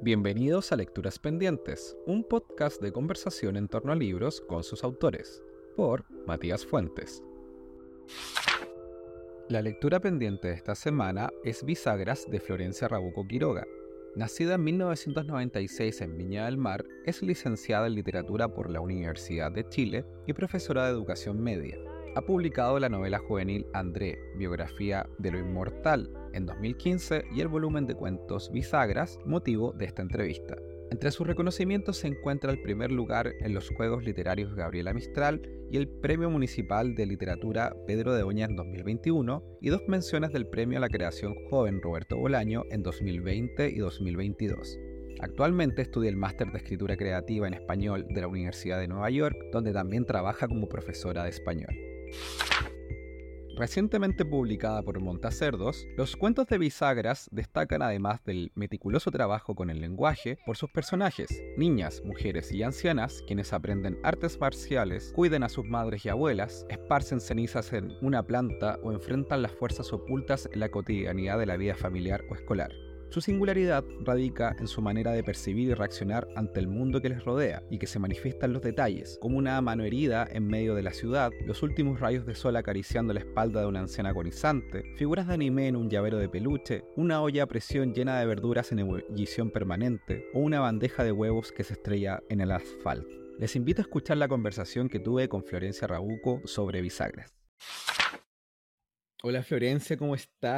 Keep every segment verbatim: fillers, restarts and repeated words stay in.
Bienvenidos a Lecturas Pendientes, un podcast de conversación en torno a libros con sus autores, por Matías Fuentes. La lectura pendiente de esta semana es Bisagras de Florencia Rabuco Quiroga. Nacida en mil novecientos noventa y seis en Viña del Mar, es licenciada en literatura por la Universidad de Chile y profesora de educación media. Ha publicado la novela juvenil André, biografía de lo inmortal, en dos mil quince y el volumen de cuentos Bisagras, motivo de esta entrevista. Entre sus reconocimientos se encuentra el primer lugar en los Juegos Literarios Gabriela Mistral y el Premio Municipal de Literatura Pedro de Oña en dos mil veintiuno y dos menciones del Premio a la Creación Joven Roberto Bolaño en dos mil veinte y dos mil veintidós. Actualmente estudia el Máster de Escritura Creativa en Español de la Universidad de Nueva York, donde también trabaja como profesora de español. Recientemente publicada por Montacerdos, los cuentos de Bisagras destacan, además del meticuloso trabajo con el lenguaje, por sus personajes, niñas, mujeres y ancianas, quienes aprenden artes marciales, cuidan a sus madres y abuelas, esparcen cenizas en una planta o enfrentan las fuerzas ocultas en la cotidianidad de la vida familiar o escolar. Su singularidad radica en su manera de percibir y reaccionar ante el mundo que les rodea y que se manifiesta en los detalles, como una mano herida en medio de la ciudad, los últimos rayos de sol acariciando la espalda de una anciana agonizante, figuras de anime en un llavero de peluche, una olla a presión llena de verduras en ebullición permanente o una bandeja de huevos que se estrella en el asfalto. Les invito a escuchar la conversación que tuve con Florencia Rabuco sobre Bisagras. Hola Florencia, ¿cómo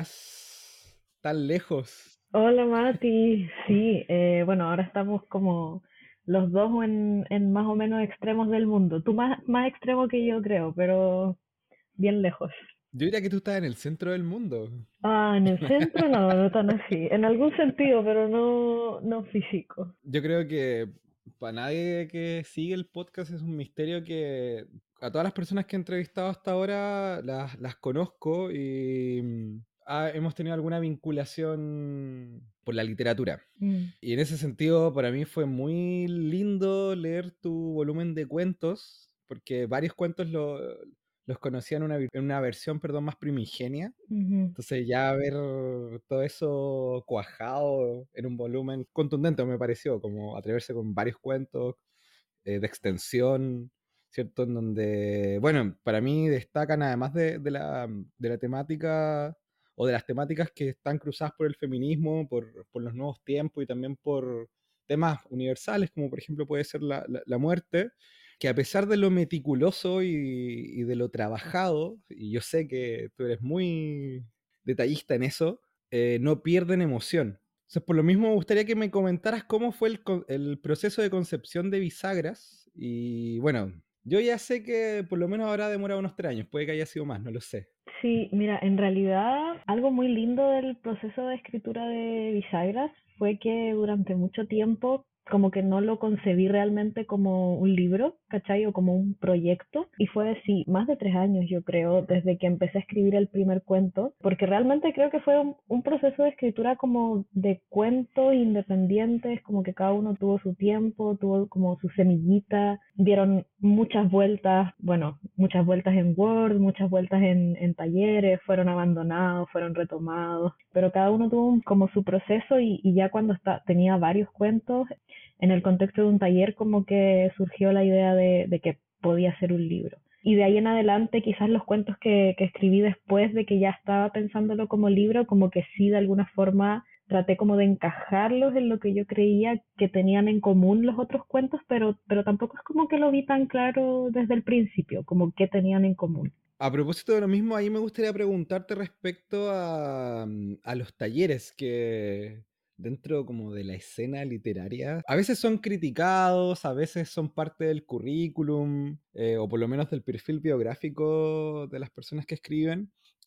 estás? ¿Tan lejos? Hola Mati, sí, eh, bueno, ahora estamos como los dos en, en más o menos extremos del mundo. Tú más, más extremo que yo creo, pero bien lejos. Yo diría que tú estás en el centro del mundo. Ah, en el centro no, no tan así. En algún sentido, pero no, no físico. Yo creo que para nadie que sigue el podcast es un misterio que a todas las personas que he entrevistado hasta ahora las, las conozco y mm, ah, hemos tenido alguna vinculación por la literatura. Mm. Y en ese sentido, para mí fue muy lindo leer tu volumen de cuentos, porque varios cuentos lo- los conocía en una, vi- en una versión, perdón, más primigenia. Ujú. Entonces ya ver todo eso cuajado en un volumen contundente me pareció, como atreverse con varios cuentos eh, de extensión, ¿cierto? En donde, bueno, para mí destacan además de, de la, de la temática o de las temáticas que están cruzadas por el feminismo, por, por los nuevos tiempos y también por temas universales, como por ejemplo puede ser la, la, la muerte, que a pesar de lo meticuloso y, y de lo trabajado, y yo sé que tú eres muy detallista en eso, eh, no pierden emoción. Entonces, por lo mismo, me gustaría que me comentaras cómo fue el, co- el proceso de concepción de Bisagras. Y bueno, yo ya sé que por lo menos habrá demorado unos tres años, puede que haya sido más, no lo sé. Sí, mira, en realidad algo muy lindo del proceso de escritura de Bisagras fue que durante mucho tiempo como que no lo concebí realmente como un libro, ¿cachai? O como un proyecto. Y fue, sí, más de tres años yo creo, desde que empecé a escribir el primer cuento, porque realmente creo que fue un, un proceso de escritura como de cuentos independientes, como que cada uno tuvo su tiempo, tuvo como su semillita, dieron muchas vueltas, bueno, muchas vueltas en Word, muchas vueltas en, en talleres, fueron abandonados, fueron retomados, pero cada uno tuvo un- como su proceso y, y ya cuando está, tenía varios cuentos, en el contexto de un taller como que surgió la idea de, de que podía ser un libro. Y de ahí en adelante, quizás los cuentos que, que escribí después de que ya estaba pensándolo como libro, como que sí, de alguna forma traté como de encajarlos en lo que yo creía que tenían en común los otros cuentos, pero, pero tampoco es como que lo vi tan claro desde el principio, como qué tenían en común. A propósito de lo mismo, ahí me gustaría preguntarte respecto a, mm, a los talleres que dentro como de la escena literaria a veces son criticados, a veces son parte del currículum eh, o por lo menos del perfil biográfico de las personas que escriben.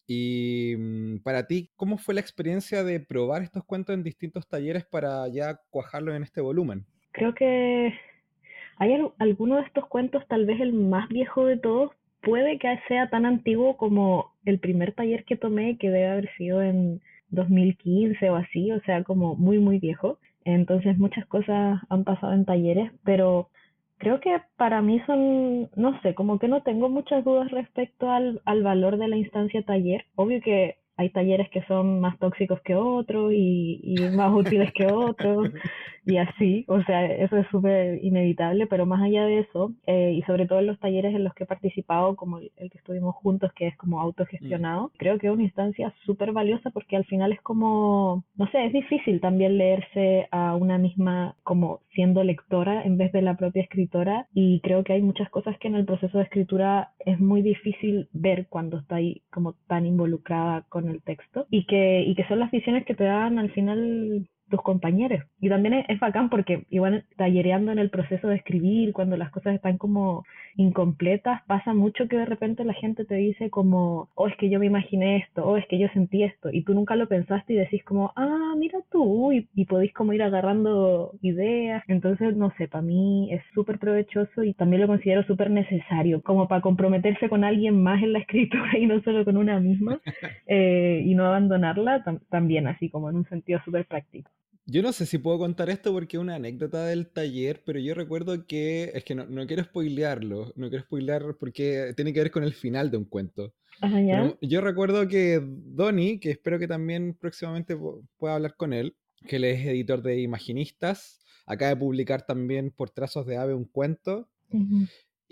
Y mm, para ti, ¿cómo fue la experiencia de probar estos cuentos en distintos talleres para ya cuajarlos en este volumen? Creo que hay al- alguno de estos cuentos, tal vez el más viejo de todos, puede que sea tan antiguo como el primer taller que tomé, que debe haber sido en dos mil quince o así, o sea, como muy, muy viejo. Entonces muchas cosas han pasado en talleres, pero creo que para mí son, no sé, como que no tengo muchas dudas respecto al, al valor de la instancia taller. Obvio que hay talleres que son más tóxicos que otros y, y más útiles que otros y así, o sea, eso es súper inevitable, pero más allá de eso, eh, y sobre todo en los talleres en los que he participado, como el, el que estuvimos juntos, que es como Mm, autogestionado, creo que es una instancia súper valiosa porque al final es como, no sé, es difícil también leerse a una misma como siendo lectora en vez de la propia escritora y creo que hay muchas cosas que en el proceso de escritura es muy difícil ver cuando está ahí como tan involucrada con el texto y que, y que son las visiones que te dan al final tus compañeros. Y también es, es bacán porque igual tallereando en el proceso de escribir, cuando las cosas están como incompletas, pasa mucho que de repente la gente te dice como, oh, es que yo me imaginé esto, oh, es que yo sentí esto, y tú nunca lo pensaste y decís como, ah, mira tú, y, y podéis como ir agarrando ideas. Entonces, no sé, para mí es súper provechoso y también lo considero súper necesario, como para comprometerse con alguien más en la escritura y no solo con una misma, eh, y no abandonarla, tam también así como en un sentido súper práctico. Yo no sé si puedo contar esto porque es una anécdota del taller, pero yo recuerdo que, es que no, no quiero spoilearlo, no quiero spoilear porque tiene que ver con el final de un cuento. Ajá, ya. Pero yo recuerdo que Donny, que espero que también próximamente pu- pueda hablar con él, que él es editor de Imaginistas, acaba de publicar también por Trazos de Ave un cuento, Ujú.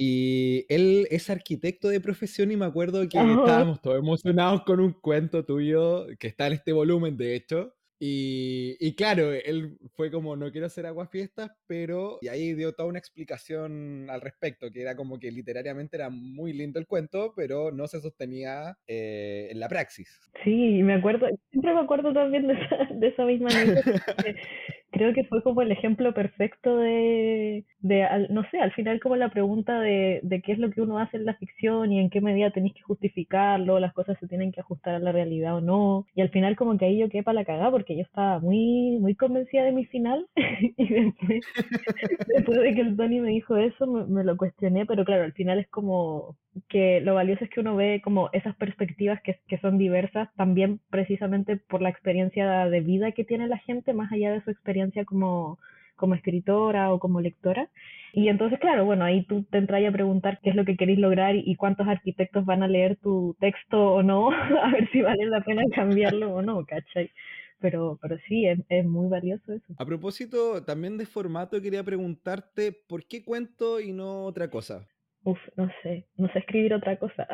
y él es arquitecto de profesión y me acuerdo que Oh, estábamos todos emocionados con un cuento tuyo que está en este volumen, de hecho. Y, y claro, él fue como, no quiero hacer aguafiestas, pero y ahí dio toda una explicación al respecto, que era como que literariamente era muy lindo el cuento, pero no se sostenía eh, en la praxis. sí, me acuerdo, siempre me acuerdo también de esa, de esa misma anécdota. Creo que fue como el ejemplo perfecto de, de al- no sé, al final como la pregunta de, de qué es lo que uno hace en la ficción y en qué medida tenéis que justificarlo, las cosas se tienen que ajustar a la realidad o no. Y al final como que ahí yo quedé para la cagada porque yo estaba muy, muy convencida de mi final y después, después de que el Tony me dijo eso me, me lo cuestioné, pero claro, al final es como que lo valioso es que uno ve como esas perspectivas que, que son diversas también precisamente por la experiencia de vida que tiene la gente, más allá de su experiencia como, como escritora o como lectora. Y entonces, claro, bueno, ahí tú te entras a preguntar qué es lo que queréis lograr y, y cuántos arquitectos van a leer tu texto o no, a ver si vale la pena cambiarlo o no, ¿cachai? Pero, pero sí, es, es muy valioso eso. A propósito, también de formato, quería preguntarte, ¿por qué cuento y no otra cosa? Uf, no sé, no sé escribir otra cosa.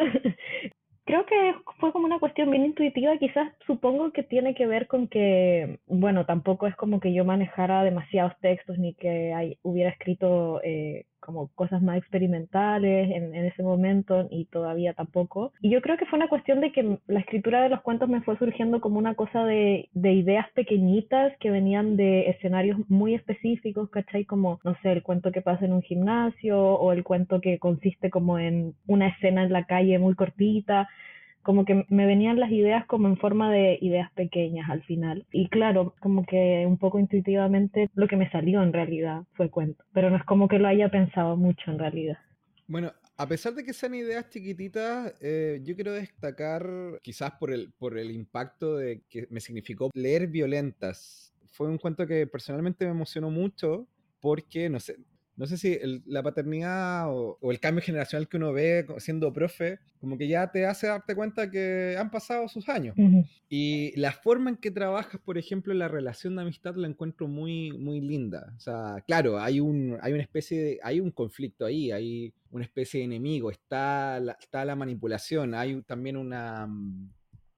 Creo que fue como una cuestión bien intuitiva, quizás supongo que tiene que ver con que, bueno, tampoco es como que yo manejara demasiados textos ni que hay- hubiera escrito eh, como cosas más experimentales en, en ese momento y todavía tampoco. Y yo creo que fue una cuestión de que la escritura de los cuentos me fue surgiendo como una cosa de, de ideas pequeñitas que venían de escenarios muy específicos, ¿cachai? Como, no sé, el cuento que pasa en un gimnasio o el cuento que consiste como en una escena en la calle muy cortita, como que me venían las ideas como en forma de ideas pequeñas al final. Y claro, como que un poco intuitivamente lo que me salió en realidad fue cuento, pero no es como que lo haya pensado mucho en realidad. Bueno, a pesar de que sean ideas chiquititas, eh, yo quiero destacar, quizás por el, por el impacto de que me significó leer Violentas. Fue un cuento que personalmente me emocionó mucho porque, no sé, no sé si el- la paternidad o, o el cambio generacional que uno ve co- siendo profe, como que ya te hace darte cuenta que han pasado sus años. Ujú, Y la forma en que trabajas, por ejemplo, la relación de amistad la encuentro muy, muy linda. O sea, claro, hay un, hay una especie de, hay un conflicto ahí, hay una especie de enemigo, está la, está la manipulación, hay también una, mm,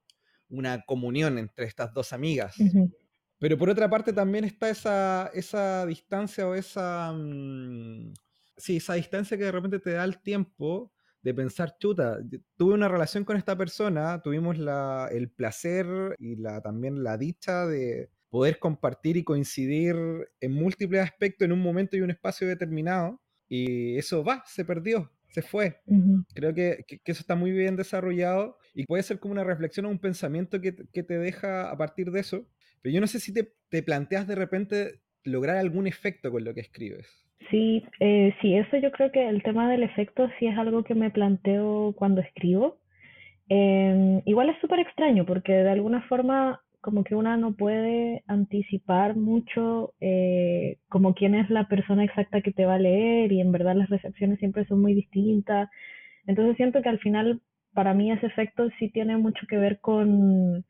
una comunión entre estas dos amigas. ujú, Pero por otra parte también está esa, esa distancia o esa, mm, sí, esa distancia que de repente te da el tiempo de pensar, chuta, yo tuve una relación con esta persona, tuvimos la, el placer y la, también la dicha de poder compartir y coincidir en múltiples aspectos en un momento y un espacio determinado, y eso va, se perdió, se fue. ujú. Creo que, que- que eso está muy bien desarrollado y puede ser como una reflexión o un pensamiento que, te- que te deja a partir de eso, pero yo no sé si te, te planteas de repente lograr algún efecto con lo que escribes. Sí, eh, sí, eso yo creo que el tema del efecto sí es algo que me planteo cuando escribo. Eh, igual es súper extraño porque de alguna forma como que una no puede anticipar mucho eh, como quién es la persona exacta que te va a leer y en verdad las recepciones siempre son muy distintas. Entonces siento que al final para mí ese efecto sí tiene mucho que ver con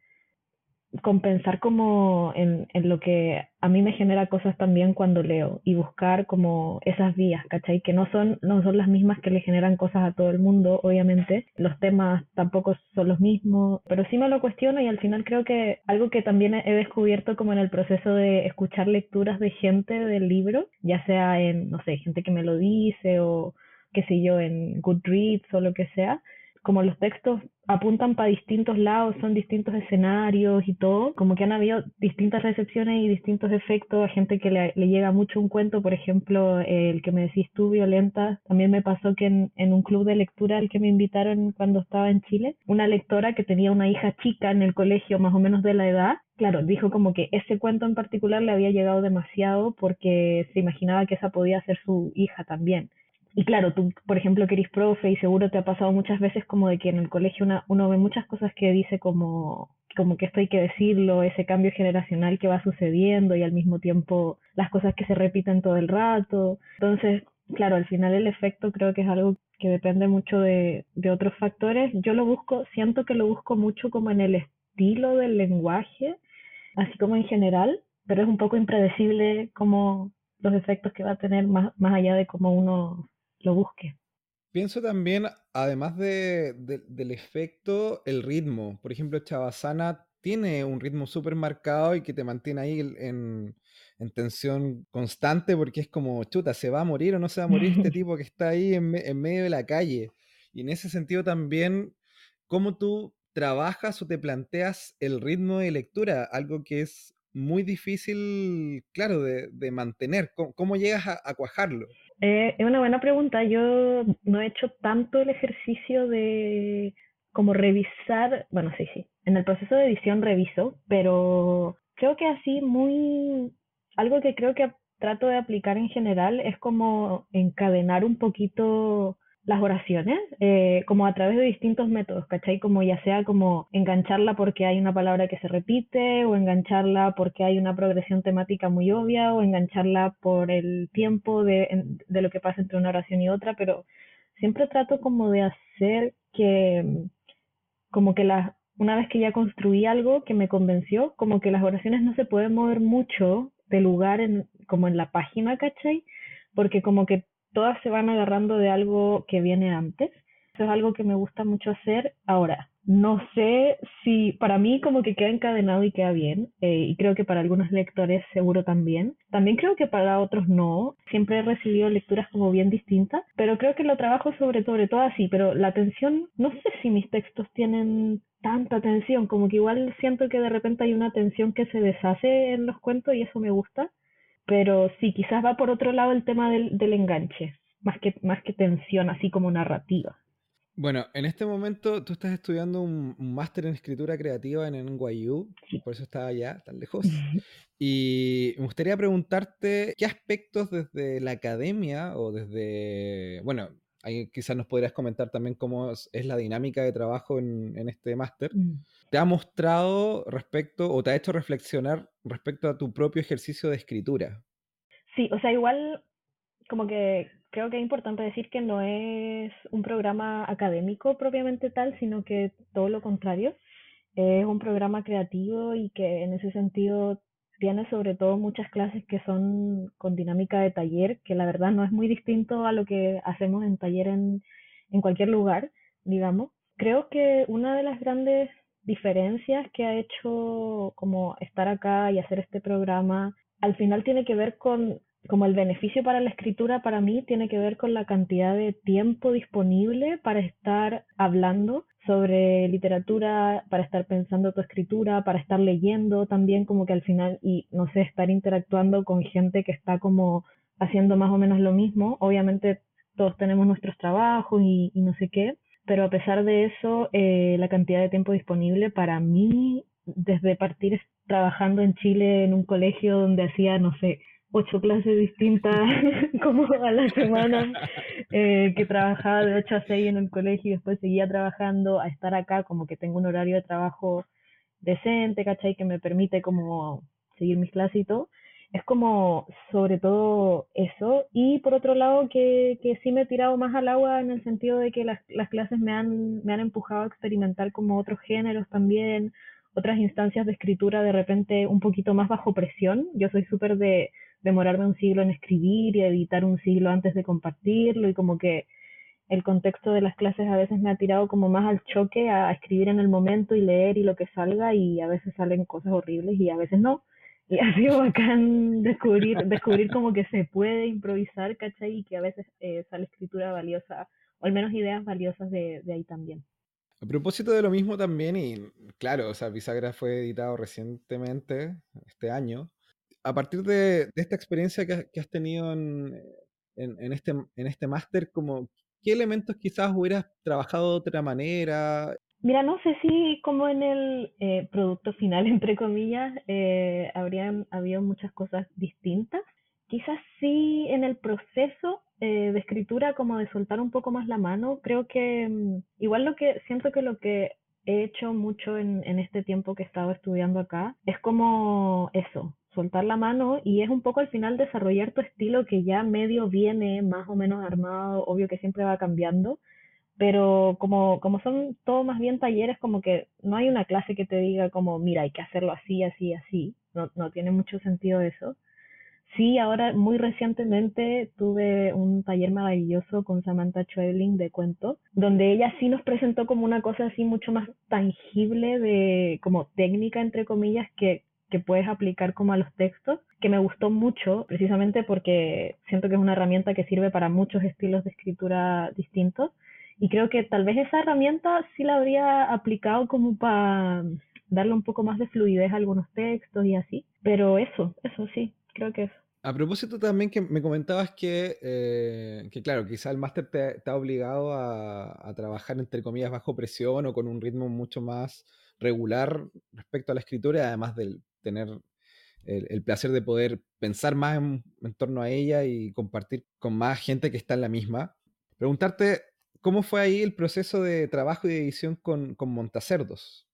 con pensar como en, en lo que a mí me genera cosas también cuando leo y buscar como esas vías, ¿cachai? Que no son, no son las mismas que le generan cosas a todo el mundo, obviamente. Los temas tampoco son los mismos, pero sí me lo cuestiono y al final creo que algo que también he descubierto como en el proceso de escuchar lecturas de gente del libro, ya sea en, no sé, gente que me lo dice o qué sé yo, en Goodreads o lo que sea, como los textos apuntan para distintos lados, son distintos escenarios y todo, como que han habido distintas recepciones y distintos efectos a gente que le, le llega mucho un cuento, por ejemplo, eh, el que me decís tú, Violenta, también me pasó que en, en un club de lectura al que me invitaron cuando estaba en Chile, una lectora que tenía una hija chica en el colegio, más o menos de la edad, claro, dijo como que ese cuento en particular le había llegado demasiado porque se imaginaba que esa podía ser su hija también. Y claro, tú, por ejemplo, que eres profe y seguro te ha pasado muchas veces como de que en el colegio una, uno ve muchas cosas que dice como, como que esto hay que decirlo, ese cambio generacional que va sucediendo y al mismo tiempo las cosas que se repiten todo el rato. Entonces, claro, al final el efecto creo que es algo que depende mucho de, de otros factores. Yo lo busco, siento que lo busco mucho como en el estilo del lenguaje, así como en general, pero es un poco impredecible como los efectos que va a tener más, más allá de cómo uno lo busque. Pienso también, además de, de- del efecto, el ritmo. Por ejemplo, Chavasana tiene un ritmo súper marcado y que te mantiene ahí en, en tensión constante porque es como, chuta, ¿se va a morir o no se va a morir este tipo que está ahí en, me- en medio de la calle? Y en ese sentido también, ¿cómo tú trabajas o te planteas el ritmo de lectura? Algo que es muy difícil, claro, de, de mantener. ¿Cómo, cómo llegas a, a cuajarlo? Eh, es una buena pregunta. Yo no he hecho tanto el ejercicio de como revisar, bueno, sí, sí, en el proceso de edición reviso, pero creo que así muy, algo que creo que trato de aplicar en general es como encadenar un poquito las oraciones, eh, como a través de distintos métodos, ¿cachai? Como ya sea como engancharla porque hay una palabra que se repite, o engancharla porque hay una progresión temática muy obvia, o engancharla por el tiempo de, de lo que pasa entre una oración y otra, pero siempre trato como de hacer que, como que las, una vez que ya construí algo que me convenció, como que las oraciones no se pueden mover mucho de lugar en, como en la página, ¿cachai? Porque como que todas se van agarrando de algo que viene antes. Eso es algo que me gusta mucho hacer ahora. No sé si para mí como que queda encadenado y queda bien, eh, y creo que para algunos lectores seguro también. También creo que para otros no. Siempre he recibido lecturas como bien distintas, pero creo que lo trabajo sobre, sobre todo así. Pero la atención, no sé si mis textos tienen tanta tensión, como que igual siento que de repente hay una tensión que se deshace en los cuentos y eso me gusta. Pero sí, quizás va por otro lado el tema del, del enganche, más que, más que tensión así como narrativa. Bueno, en este momento tú estás estudiando un, un máster en escritura creativa en N Y U, Sí. por eso estaba allá, tan lejos. Y me gustaría preguntarte qué aspectos desde la academia o desde, bueno, ahí quizás nos podrías comentar también cómo es, es la dinámica de trabajo en, en este máster, Mm. te ha mostrado respecto o te ha hecho reflexionar respecto a tu propio ejercicio de escritura. Sí, o sea, igual como que creo que es importante decir que no es un programa académico propiamente tal, sino que todo lo contrario. Es un programa creativo y que en ese sentido tiene sobre todo muchas clases que son con dinámica de taller, que la verdad no es muy distinto a lo que hacemos en taller en, en cualquier lugar, digamos. Creo que una de las grandes diferencias que ha hecho como estar acá y hacer este programa al final tiene que ver con, como el beneficio para la escritura para mí, tiene que ver con la cantidad de tiempo disponible para estar hablando sobre literatura, para estar pensando tu escritura, para estar leyendo también como que al final, y no sé, estar interactuando con gente que está como haciendo más o menos lo mismo. Obviamente todos tenemos nuestros trabajos y, y no sé qué, pero a pesar de eso, eh, la cantidad de tiempo disponible para mí, desde partir trabajando en Chile en un colegio donde hacía, no sé, ocho clases distintas como a la semana, eh, que trabajaba de ocho a seis en el colegio y después seguía trabajando, a estar acá como que tengo un horario de trabajo decente, ¿cachai? Que me permite como seguir mis clases y todo. es como sobre todo eso. Y por otro lado, que, que sí me he tirado más al agua en el sentido de que las, las clases me han, me han empujado a experimentar como otros géneros también, otras instancias de escritura de repente un poquito más bajo presión. Yo soy súper de demorarme un siglo en escribir y editar un siglo antes de compartirlo, y como que el contexto de las clases a veces me ha tirado como más al choque, a escribir en el momento y leer y lo que salga, y a veces salen cosas horribles y a veces no. Y ha sido bacán descubrir, descubrir como que se puede improvisar, ¿cachai? Y que a veces eh, sale escritura valiosa, o al menos ideas valiosas de, de ahí también. A propósito de lo mismo también, y claro, o sea, Bisagra fue editado recientemente, este año. A partir de, de esta experiencia que, has que has tenido en, en, en este, en este máster, como, ¿qué elementos quizás hubieras trabajado de otra manera? Mira, no sé si como en el eh, producto final, entre comillas, eh, habrían habido muchas cosas distintas. Quizás sí en el proceso eh, de escritura, como de soltar un poco más la mano. Creo que mm, igual lo que siento que lo que he hecho mucho en, en este tiempo que he estado estudiando acá es como eso, soltar la mano, y es un poco al final desarrollar tu estilo que ya medio viene más o menos armado, obvio que siempre va cambiando, pero como, como son todo más bien talleres, como que no hay una clase que te diga como, mira, hay que hacerlo así, así, así. No, no tiene mucho sentido eso. Sí, ahora muy recientemente tuve un taller maravilloso con Samantha Schweblin de cuento, donde ella sí nos presentó como una cosa así mucho más tangible de, como técnica, entre comillas, que, que puedes aplicar como a los textos, que me gustó mucho, precisamente porque siento que es una herramienta que sirve para muchos estilos de escritura distintos. Y creo que tal vez esa herramienta sí la habría aplicado como para darle un poco más de fluidez a algunos textos y así. Pero eso, eso sí, creo que eso. A propósito también que me comentabas que, eh, que claro, quizá el máster te, te ha obligado a, a trabajar entre comillas bajo presión o con un ritmo mucho más regular respecto a la escritura, además de tener el, el placer de poder pensar más en, en torno a ella y compartir con más gente que está en la misma. Preguntarte cómo fue ahí el proceso de trabajo y de edición con, con Montacerdos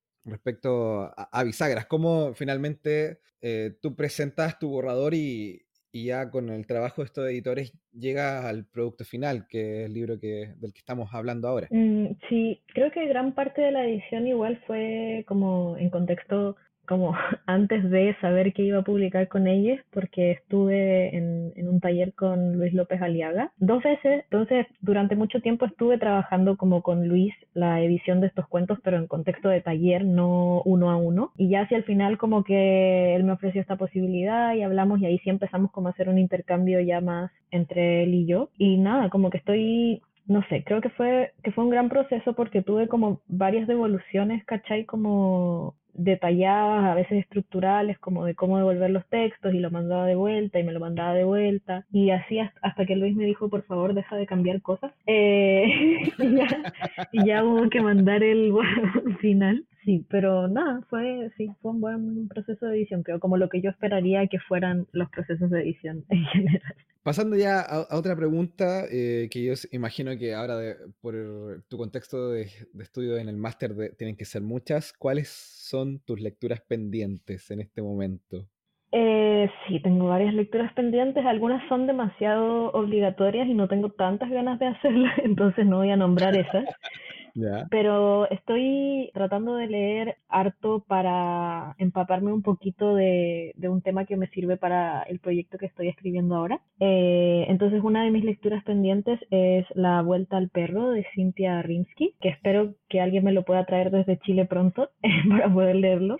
respecto a, a bisagras, cómo finalmente eh, tú presentas tu borrador y, y ya con el trabajo de estos editores llegas al producto final, que es el libro que, del que estamos hablando ahora. Mm, sí, creo que gran parte de la edición igual fue como en contexto, como antes de saber que iba a publicar con ellos, porque estuve en, en un taller con Luis López Aliaga dos veces. Entonces durante mucho tiempo estuve trabajando como con Luis la edición de estos cuentos, pero en contexto de taller, no uno a uno. Y ya hacia el final como que él me ofreció esta posibilidad y hablamos, y ahí sí empezamos como a hacer un intercambio ya más entre él y yo. Y nada, como que estoy, no sé, creo que fue, que fue un gran proceso porque tuve como varias devoluciones, ¿cachai? Como detalladas, a veces estructurales, como de cómo devolver los textos, y lo mandaba de vuelta y me lo mandaba de vuelta. Y así hasta, hasta que Luis me dijo, por favor, deja de cambiar cosas. Eh, y, ya, y ya hubo que mandar el final. Sí, pero nada, fue, sí, fue un buen proceso de edición, creo, como lo que yo esperaría que fueran los procesos de edición en general. Pasando ya a, a otra pregunta, eh, que yo s- imagino que ahora de- por el- tu contexto de, de estudio en el máster de- tienen que ser muchas, ¿cuáles son tus lecturas pendientes en este momento? Eh, sí, tengo varias lecturas pendientes, algunas son demasiado obligatorias y no tengo tantas ganas de hacerlas, entonces no voy a nombrar esas, Ya. pero estoy tratando de leer harto para empaparme un poquito de, de un tema que me sirve para el proyecto que estoy escribiendo ahora. Eh, entonces, una de mis lecturas pendientes es La Vuelta al Perro de Cynthia Rimsky, que espero que alguien me lo pueda traer desde Chile pronto para poder leerlo.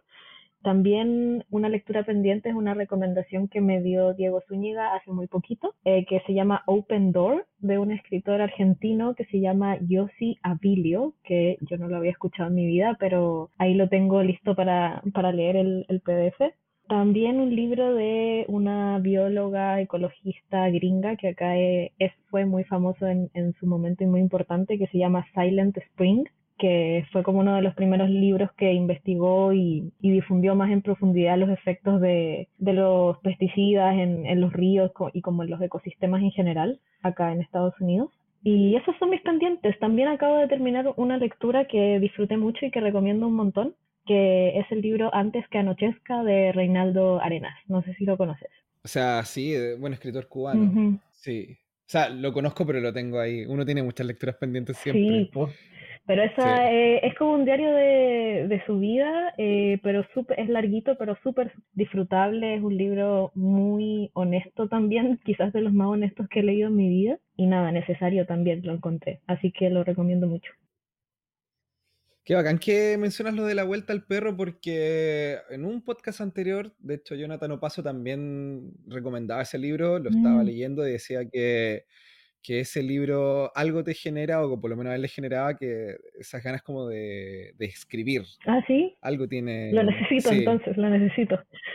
También una lectura pendiente es una recomendación que me dio Diego Zúñiga hace muy poquito, eh, que se llama Open Door, de un escritor argentino que se llama Yossi Abilio, que yo no lo había escuchado en mi vida, pero ahí lo tengo listo para, para leer el, el P D F. También un libro de una bióloga ecologista gringa que acá eh, es, fue muy famoso en, en su momento y muy importante, que se llama Silent Spring, que fue como uno de los primeros libros que investigó y, y difundió más en profundidad los efectos de, de los pesticidas en, en los ríos y como en los ecosistemas en general acá en Estados Unidos. Y esos son mis pendientes. También acabo de terminar una lectura que disfruté mucho y que recomiendo un montón, que es el libro Antes que anochezca de Reinaldo Arenas. No sé si lo conoces. O sea, sí, eh, buen escritor cubano. Ujú. Sí. O sea, lo conozco, pero lo tengo ahí. Uno tiene muchas lecturas pendientes siempre. Sí, pues. Pero Sí. esa eh, es como un diario de, de su vida, eh, pero súper- es larguito, pero súper disfrutable. Es un libro muy honesto también, quizás de los más honestos que he leído en mi vida. Y nada, necesario también lo encontré. Así que lo recomiendo mucho. Qué bacán que mencionas lo de la vuelta al perro, porque en un podcast anterior, de hecho, Jonathan Opaso también recomendaba ese libro, lo estaba Mm. leyendo y decía que, que ese libro algo te genera, o por lo menos a él le generaba, que esas ganas como de, de escribir. Ah, sí, Algo lo tiene. necesito Sí. entonces, lo necesito.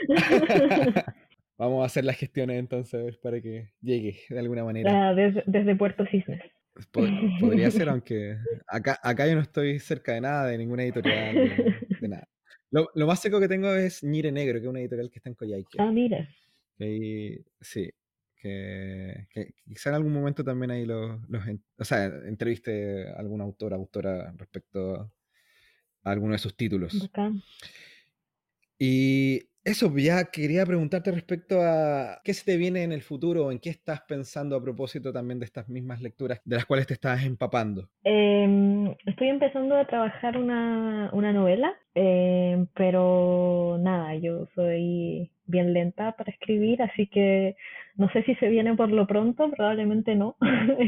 Vamos a hacer las gestiones entonces para que llegue de alguna manera. Ah, desde, desde Puerto Cisnes. Po- podría ser, aunque acá, acá yo no estoy cerca de nada, de ninguna editorial, de, de nada. Lo, lo más seco que tengo es Ñire Negro, que es una editorial que está en Coyhaique. Ah, mira. Que ahí, sí, que, que quizá en algún momento también ahí los, los en- o sea, entreviste a algún autor, autora respecto a alguno de sus títulos. Bacán. Y eso, ya quería preguntarte respecto a qué se te viene en el futuro, o en qué estás pensando a propósito también de estas mismas lecturas de las cuales te estás empapando. Em, estoy empezando a trabajar una, una novela, em, pero nada, yo soy bien lenta para escribir, así que no sé si se viene por lo pronto, probablemente no.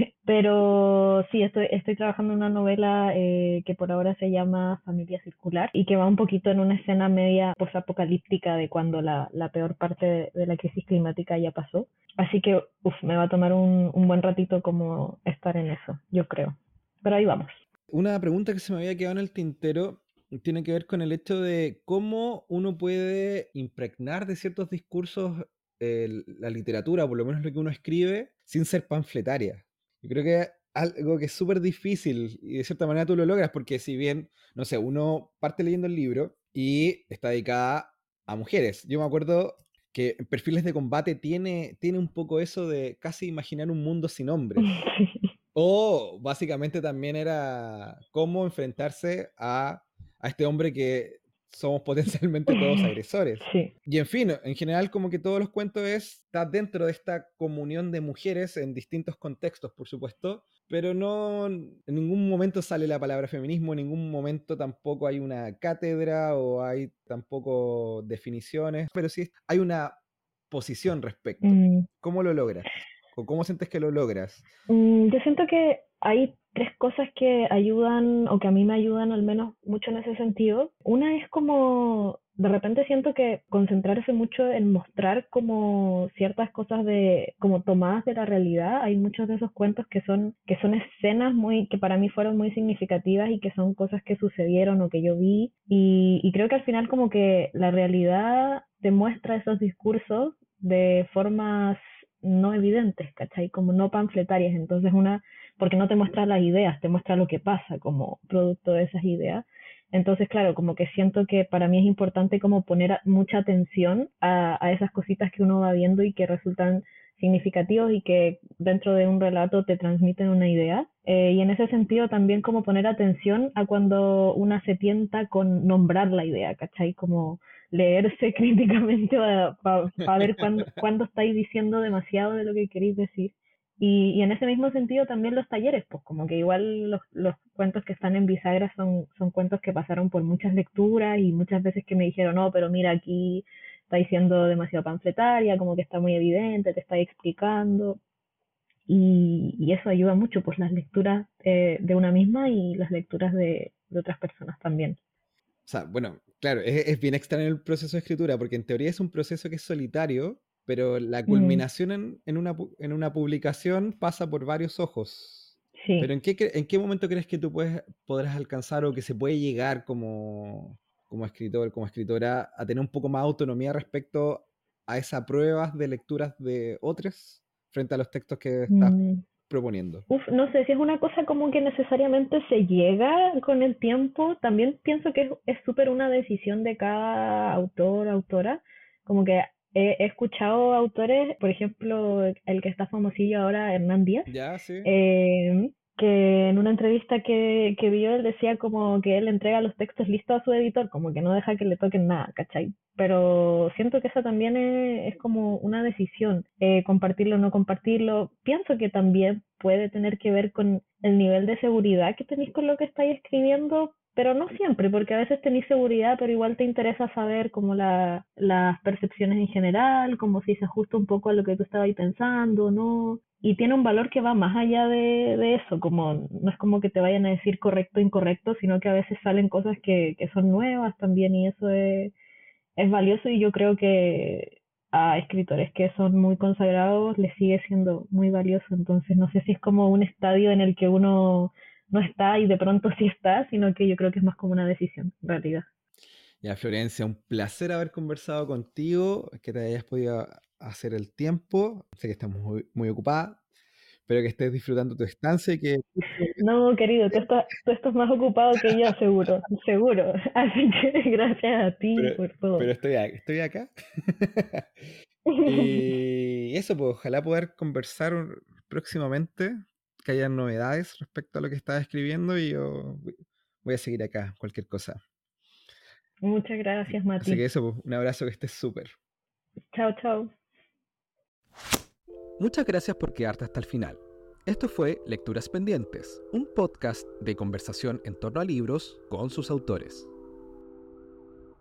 Pero sí, estoy, estoy trabajando en una novela eh, que por ahora se llama Familia Circular y que va un poquito en una escena media posapocalíptica de cuando la, la peor parte de, de la crisis climática ya pasó. Así que, uf, me va a tomar un, un buen ratito como estar en eso, yo creo. Pero ahí vamos. Una pregunta que se me había quedado en el tintero tiene que ver con el hecho de cómo uno puede impregnar de ciertos discursos eh, la literatura, por lo menos lo que uno escribe, sin ser panfletaria. Yo creo que es algo que es súper difícil y de cierta manera tú lo logras porque si bien, no sé, uno parte leyendo el libro y está dedicada a mujeres. Yo me acuerdo que en Perfiles de Combate tiene, tiene un poco eso de casi imaginar un mundo sin hombres. O básicamente también era cómo enfrentarse a, a este hombre que somos potencialmente todos agresores. Sí. Y en fin, en general como que todos los cuentos es, está dentro de esta comunión de mujeres en distintos contextos, por supuesto, pero no en ningún momento sale la palabra feminismo, en ningún momento tampoco hay una cátedra o hay tampoco definiciones, pero sí hay una posición respecto. Mm, ¿Cómo lo logras? ¿O cómo sientes que lo logras? mm, yo siento que hay tres cosas que ayudan o que a mí me ayudan al menos mucho en ese sentido. Una es como, de repente siento que concentrarse mucho en mostrar como ciertas cosas de, como tomadas de la realidad. Hay muchos de esos cuentos que son, que son escenas muy, que para mí fueron muy significativas y que son cosas que sucedieron o que yo vi. Y, y creo que al final como que la realidad te muestra esos discursos de formas no evidentes, ¿cachai? Como no panfletarias. Entonces una, porque no te muestra las ideas, te muestra lo que pasa como producto de esas ideas. Entonces, claro, como que siento que para mí es importante como poner a- mucha atención a, a esas cositas que uno va viendo y que resultan significativos y que dentro de un relato te transmiten una idea. Eh, y en ese sentido también como poner atención a cuando una se tienta con nombrar la idea, ¿cachai? Como leerse críticamente para pa, pa ver cuándo, cuándo estáis diciendo demasiado de lo que queréis decir. Y, y en ese mismo sentido también los talleres, pues como que igual los, los cuentos que están en bisagra son, son cuentos que pasaron por muchas lecturas y muchas veces que me dijeron, no, pero mira, aquí está diciendo demasiado panfletaria, como que está muy evidente, te está explicando. Y, y eso ayuda mucho, pues las lecturas eh, de una misma y las lecturas de, de otras personas también. O sea, bueno, claro, es, es bien extraño el proceso de escritura, porque en teoría es un proceso que es solitario, pero la Mm, culminación en, en una, pu- en una publicación pasa por varios ojos. sí. Pero ¿en qué, cre- en qué momento crees que tú puedes, podrás alcanzar o que se puede llegar como, como escritor, como escritora, a tener un poco más autonomía respecto a esas pruebas de lecturas de otros frente a los textos que estás Mm, proponiendo? uf, no sé si es una cosa como que necesariamente se llega con el tiempo. También pienso que es es súper una decisión de cada autor, autora. Como que he, he escuchado autores, por ejemplo, el que está famosillo ahora, Hernán Díaz, Ya, sí. eh, que en una entrevista que, que vio él decía como que él entrega los textos listos a su editor, como que no deja que le toquen nada, ¿cachai? Pero siento que esa también es, es como una decisión, eh, compartirlo o no compartirlo. Pienso que también puede tener que ver con el nivel de seguridad que tenéis con lo que estáis escribiendo, pero no siempre, porque a veces tenéis seguridad, pero igual te interesa saber como la, las percepciones en general, como si se ajusta un poco a lo que tú estabas pensando, ¿no? Y tiene un valor que va más allá de, de eso, como no es como que te vayan a decir correcto o incorrecto, sino que a veces salen cosas que, que son nuevas también y eso es, es valioso y yo creo que a escritores que son muy consagrados les sigue siendo muy valioso. Entonces no sé si es como un estadio en el que uno no está y de pronto sí está, sino que yo creo que es más como una decisión, en realidad. Ya, Florencia, un placer haber conversado contigo, que te hayas podido hacer el tiempo. Sé que estamos muy, muy ocupada. Espero que estés disfrutando tu estancia y que... No, querido, tú estás, tú estás más ocupado que yo, seguro, seguro. Así que gracias a ti Pero, por pero todo. estoy, a- estoy acá. Y eso, pues ojalá poder conversar próximamente, que haya novedades respecto a lo que estás escribiendo y yo voy voy a seguir acá, cualquier cosa. Muchas Así, gracias, así que Mati. eso, pues, un abrazo, que estés súper. Chao, chao. Muchas gracias por quedarte hasta el final. Esto fue Lecturas Pendientes, un podcast de conversación en torno a libros con sus autores.